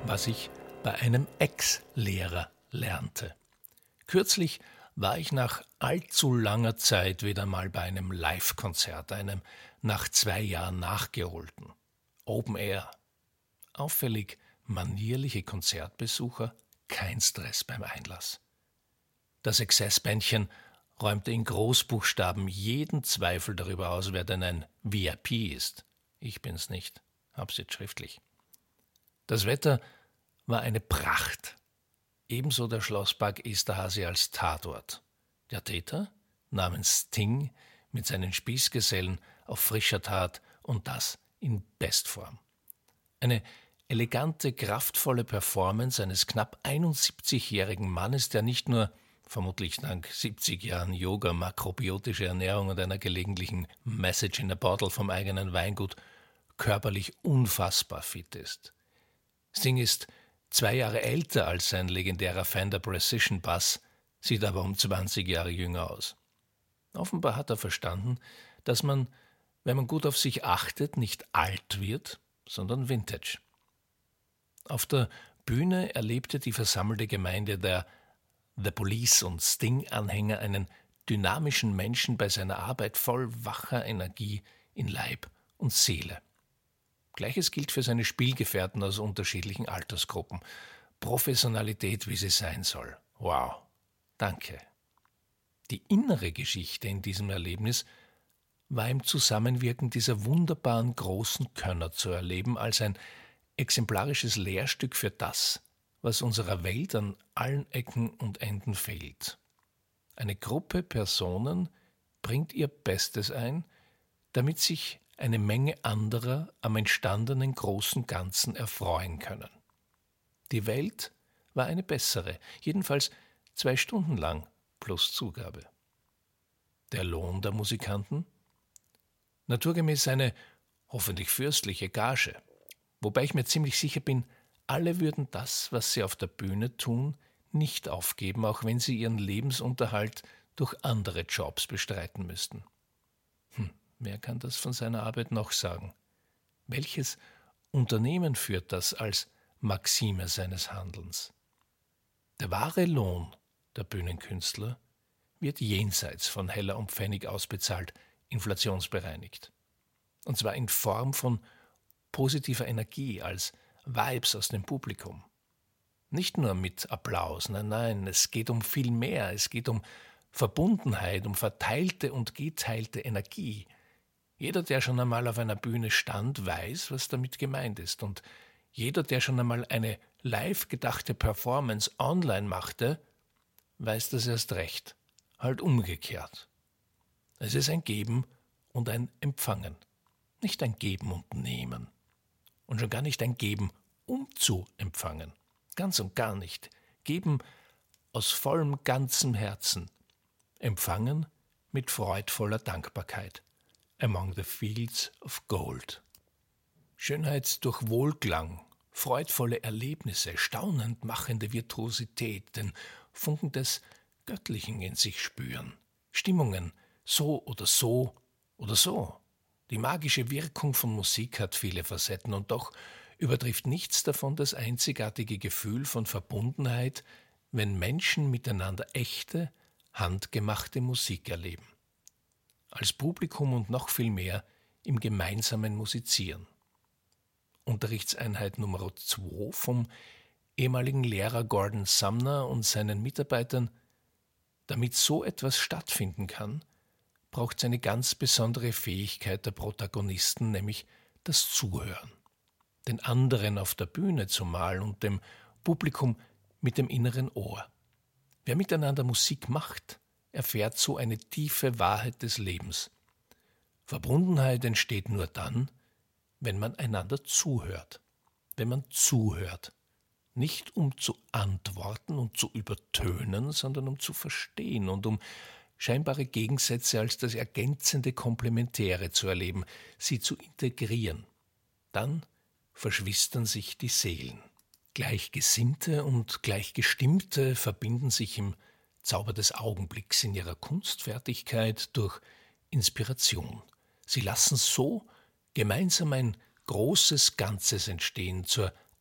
was ich bei einem Ex-Lehrer lernte. Kürzlich war ich nach allzu langer Zeit wieder mal bei einem Live-Konzert, einem nach 2 Jahren nachgeholten. Open Air. Auffällig manierliche Konzertbesucher, kein Stress beim Einlass. Das Exzessbändchen räumte in Großbuchstaben jeden Zweifel darüber aus, wer denn ein VIP ist. Ich bin's nicht, hab's jetzt schriftlich. Das Wetter war eine Pracht. Ebenso der Schlosspark Esterhazy als Tatort. Der Täter, namens Sting, mit seinen Spießgesellen auf frischer Tat und das in Bestform. Eine elegante, kraftvolle Performance eines knapp 71-jährigen Mannes, der nicht nur, vermutlich dank 70 Jahren Yoga, makrobiotische Ernährung und einer gelegentlichen Message in a Bottle vom eigenen Weingut, körperlich unfassbar fit ist. Sting ist 2 Jahre älter als sein legendärer Fender Precision Bass, sieht aber um 20 Jahre jünger aus. Offenbar hat er verstanden, dass man, wenn man gut auf sich achtet, nicht alt wird, sondern Vintage. Auf der Bühne erlebte die versammelte Gemeinde der The Police und Sting-Anhänger einen dynamischen Menschen bei seiner Arbeit voll wacher Energie in Leib und Seele. Gleiches gilt für seine Spielgefährten aus unterschiedlichen Altersgruppen. Professionalität, wie sie sein soll. Wow, danke. Die innere Geschichte in diesem Erlebnis war im Zusammenwirken dieser wunderbaren großen Könner zu erleben, als ein exemplarisches Lehrstück für das, was unserer Welt an allen Ecken und Enden fehlt. Eine Gruppe Personen bringt ihr Bestes ein, damit sich eine Menge anderer am entstandenen großen Ganzen erfreuen können. Die Welt war eine bessere, jedenfalls 2 Stunden lang plus Zugabe. Der Lohn der Musikanten? Naturgemäß eine hoffentlich fürstliche Gage, wobei ich mir ziemlich sicher bin, alle würden das, was sie auf der Bühne tun, nicht aufgeben, auch wenn sie ihren Lebensunterhalt durch andere Jobs bestreiten müssten. Wer kann das von seiner Arbeit noch sagen? Welches Unternehmen führt das als Maxime seines Handelns? Der wahre Lohn der Bühnenkünstler wird jenseits von Heller und Pfennig ausbezahlt, inflationsbereinigt. Und zwar in Form von positiver Energie, als Vibes aus dem Publikum. Nicht nur mit Applaus, nein, es geht um viel mehr, es geht um Verbundenheit, um verteilte und geteilte Energie. Jeder, der schon einmal auf einer Bühne stand, weiß, was damit gemeint ist. Und jeder, der schon einmal eine live gedachte Performance online machte, weiß das erst recht. Halt umgekehrt. Es ist ein Geben und ein Empfangen. Nicht ein Geben und Nehmen. Und schon gar nicht ein Geben, um zu empfangen. Ganz und gar nicht. Geben aus vollem, ganzem Herzen. Empfangen mit freudvoller Dankbarkeit. Among the fields of gold. Schönheit durch Wohlklang, freudvolle Erlebnisse, staunend machende Virtuosität, den Funken des Göttlichen in sich spüren, Stimmungen so oder so oder so. Die magische Wirkung von Musik hat viele Facetten und doch übertrifft nichts davon das einzigartige Gefühl von Verbundenheit, wenn Menschen miteinander echte, handgemachte Musik erleben. Als Publikum und noch viel mehr im gemeinsamen Musizieren. Unterrichtseinheit Nummer 2 vom ehemaligen Lehrer Gordon Sumner und seinen Mitarbeitern: Damit so etwas stattfinden kann, braucht es eine ganz besondere Fähigkeit der Protagonisten, nämlich das Zuhören. Den anderen auf der Bühne zumal und dem Publikum mit dem inneren Ohr. Wer miteinander Musik macht, erfährt so eine tiefe Wahrheit des Lebens. Verbundenheit entsteht nur dann, wenn man einander zuhört. Wenn man zuhört. Nicht um zu antworten und zu übertönen, sondern um zu verstehen und um scheinbare Gegensätze als das ergänzende Komplementäre zu erleben, sie zu integrieren. Dann verschwistern sich die Seelen. Gleichgesinnte und Gleichgestimmte verbinden sich im Zauber des Augenblicks, in ihrer Kunstfertigkeit durch Inspiration. Sie lassen so gemeinsam ein großes Ganzes entstehen zur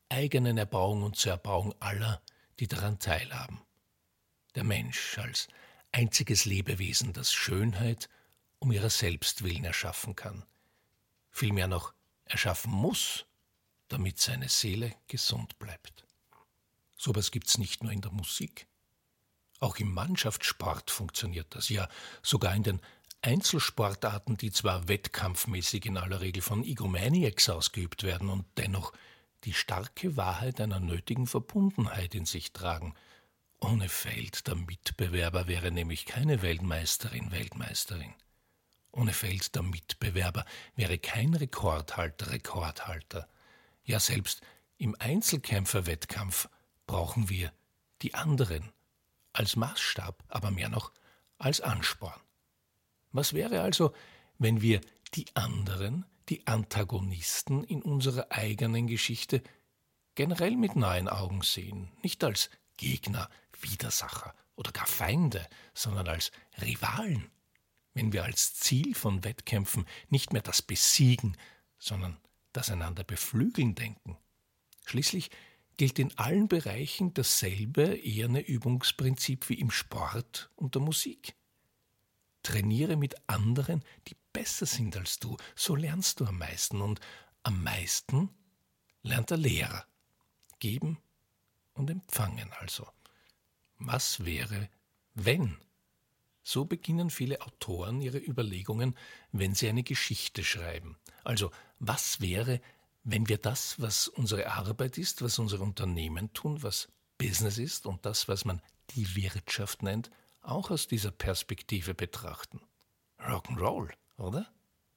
eigenen Erbauung und zur Erbauung aller, die daran teilhaben. Der Mensch als einziges Lebewesen, das Schönheit um ihrer selbst willen erschaffen kann, vielmehr noch erschaffen muss, damit seine Seele gesund bleibt. Sowas gibt's nicht nur in der Musik. Auch im Mannschaftssport funktioniert das, ja sogar in den Einzelsportarten, die zwar wettkampfmäßig in aller Regel von Egomaniacs ausgeübt werden und dennoch die starke Wahrheit einer nötigen Verbundenheit in sich tragen. Ohne Feld der Mitbewerber wäre nämlich keine Weltmeisterin Weltmeisterin. Ohne Feld der Mitbewerber wäre kein Rekordhalter Rekordhalter. Ja, selbst im Einzelkämpferwettkampf brauchen wir die anderen als Maßstab, aber mehr noch als Ansporn. Was wäre also, wenn wir die anderen, die Antagonisten in unserer eigenen Geschichte generell mit neuen Augen sehen, nicht als Gegner, Widersacher oder gar Feinde, sondern als Rivalen? Wenn wir als Ziel von Wettkämpfen nicht mehr das Besiegen, sondern das einander beflügeln denken. Schließlich gilt in allen Bereichen dasselbe eherne Übungsprinzip wie im Sport und der Musik. Trainiere mit anderen, die besser sind als du, so lernst du am meisten und am meisten lernt der Lehrer. Geben und empfangen also. Was wäre, wenn? So beginnen viele Autoren ihre Überlegungen, wenn sie eine Geschichte schreiben. Also, was wäre, wenn wir das, was unsere Arbeit ist, was unsere Unternehmen tun, was Business ist und das, was man die Wirtschaft nennt, auch aus dieser Perspektive betrachten? Rock'n'Roll, oder?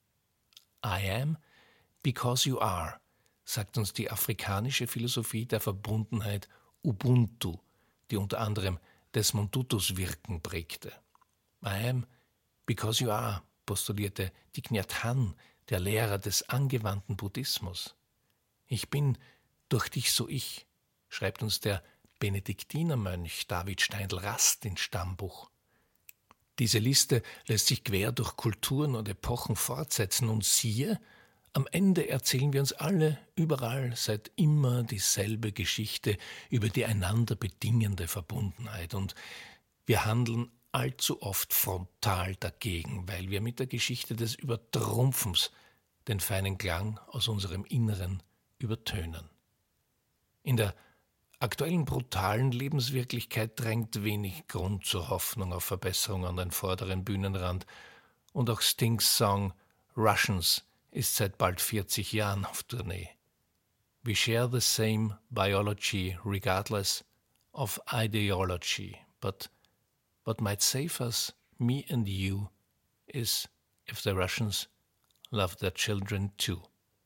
I am because you are, sagt uns die afrikanische Philosophie der Verbundenheit Ubuntu, die unter anderem Desmond Tutus Wirken prägte. I am because you are, postulierte Thich Nhat Hanh, der Lehrer des angewandten Buddhismus. Ich bin durch dich so ich, schreibt uns der Benediktinermönch David Steindl-Rast ins Stammbuch. Diese Liste lässt sich quer durch Kulturen und Epochen fortsetzen und siehe, am Ende erzählen wir uns alle überall seit immer dieselbe Geschichte über die einander bedingende Verbundenheit und wir handeln allzu oft frontal dagegen, weil wir mit der Geschichte des Übertrumpfens den feinen Klang aus unserem Inneren übertönen. In der aktuellen brutalen Lebenswirklichkeit drängt wenig Grund zur Hoffnung auf Verbesserung an den vorderen Bühnenrand und auch Stings Song Russians ist seit bald 40 Jahren auf Tournee. We share the same biology regardless of ideology, but what might save us, me and you, is if the Russians love their children too.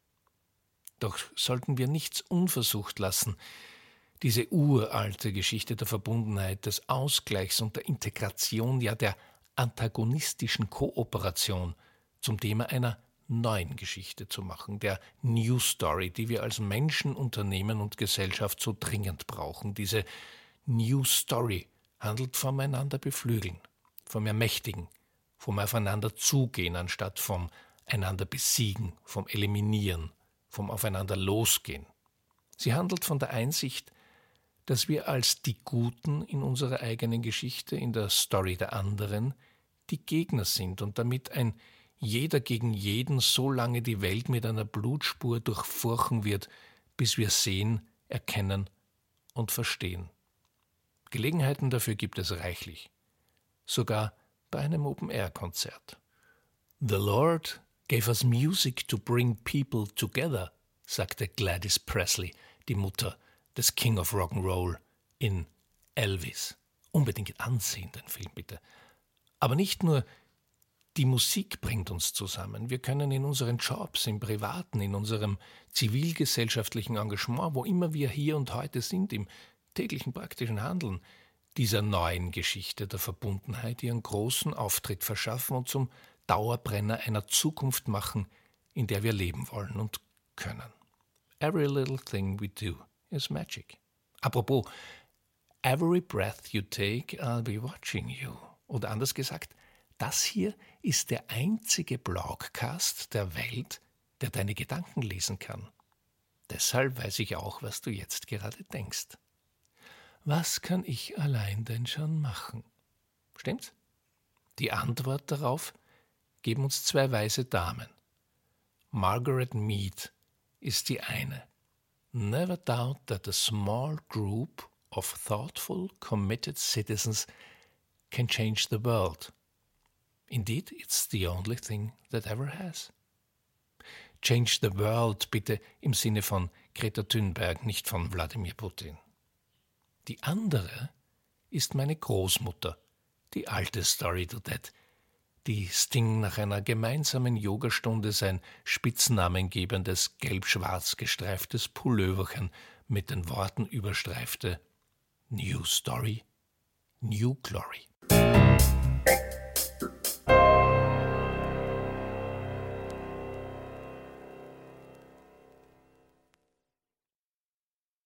Doch sollten wir nichts unversucht lassen, diese uralte Geschichte der Verbundenheit, des Ausgleichs und der Integration, ja der antagonistischen Kooperation zum Thema einer neuen Geschichte zu machen, der New Story, die wir als Menschen, Unternehmen und Gesellschaft so dringend brauchen. Diese New Story handelt vom einander beflügeln, vom Ermächtigen, vom Aufeinander zugehen, anstatt vom einander besiegen, vom Eliminieren, vom Aufeinander losgehen. Sie handelt von der Einsicht, dass wir als die Guten in unserer eigenen Geschichte, in der Story der anderen, die Gegner sind und damit ein jeder gegen jeden so lange die Welt mit einer Blutspur durchfurchen wird, bis wir sehen, erkennen und verstehen. Gelegenheiten dafür gibt es reichlich, sogar bei einem Open-Air-Konzert. The Lord gave us music to bring people together, sagte Gladys Presley, die Mutter des King of Rock'n'Roll in Elvis. Unbedingt ansehen, den Film bitte. Aber nicht nur die Musik bringt uns zusammen. Wir können in unseren Jobs, im Privaten, in unserem zivilgesellschaftlichen Engagement, wo immer wir hier und heute sind, im täglichen praktischen Handeln, dieser neuen Geschichte der Verbundenheit ihren großen Auftritt verschaffen und zum Dauerbrenner einer Zukunft machen, in der wir leben wollen und können. Every little thing we do is magic. Apropos, every breath you take, I'll be watching you. Oder anders gesagt, das hier ist der einzige Blogcast der Welt, der deine Gedanken lesen kann. Deshalb weiß ich auch, was du jetzt gerade denkst. Was kann ich allein denn schon machen? Stimmt's? Die Antwort darauf geben uns zwei weise Damen. Margaret Mead ist die eine. Never doubt that a small group of thoughtful, committed citizens can change the world. Indeed, it's the only thing that ever has. Change the world bitte im Sinne von Greta Thunberg, nicht von Wladimir Putin. Die andere ist meine Großmutter, die alte Story to that, die Sting nach einer gemeinsamen Yogastunde sein spitznamengebendes gelb-schwarz gestreiftes Pulloverchen mit den Worten überstreifte: New Story, New Glory.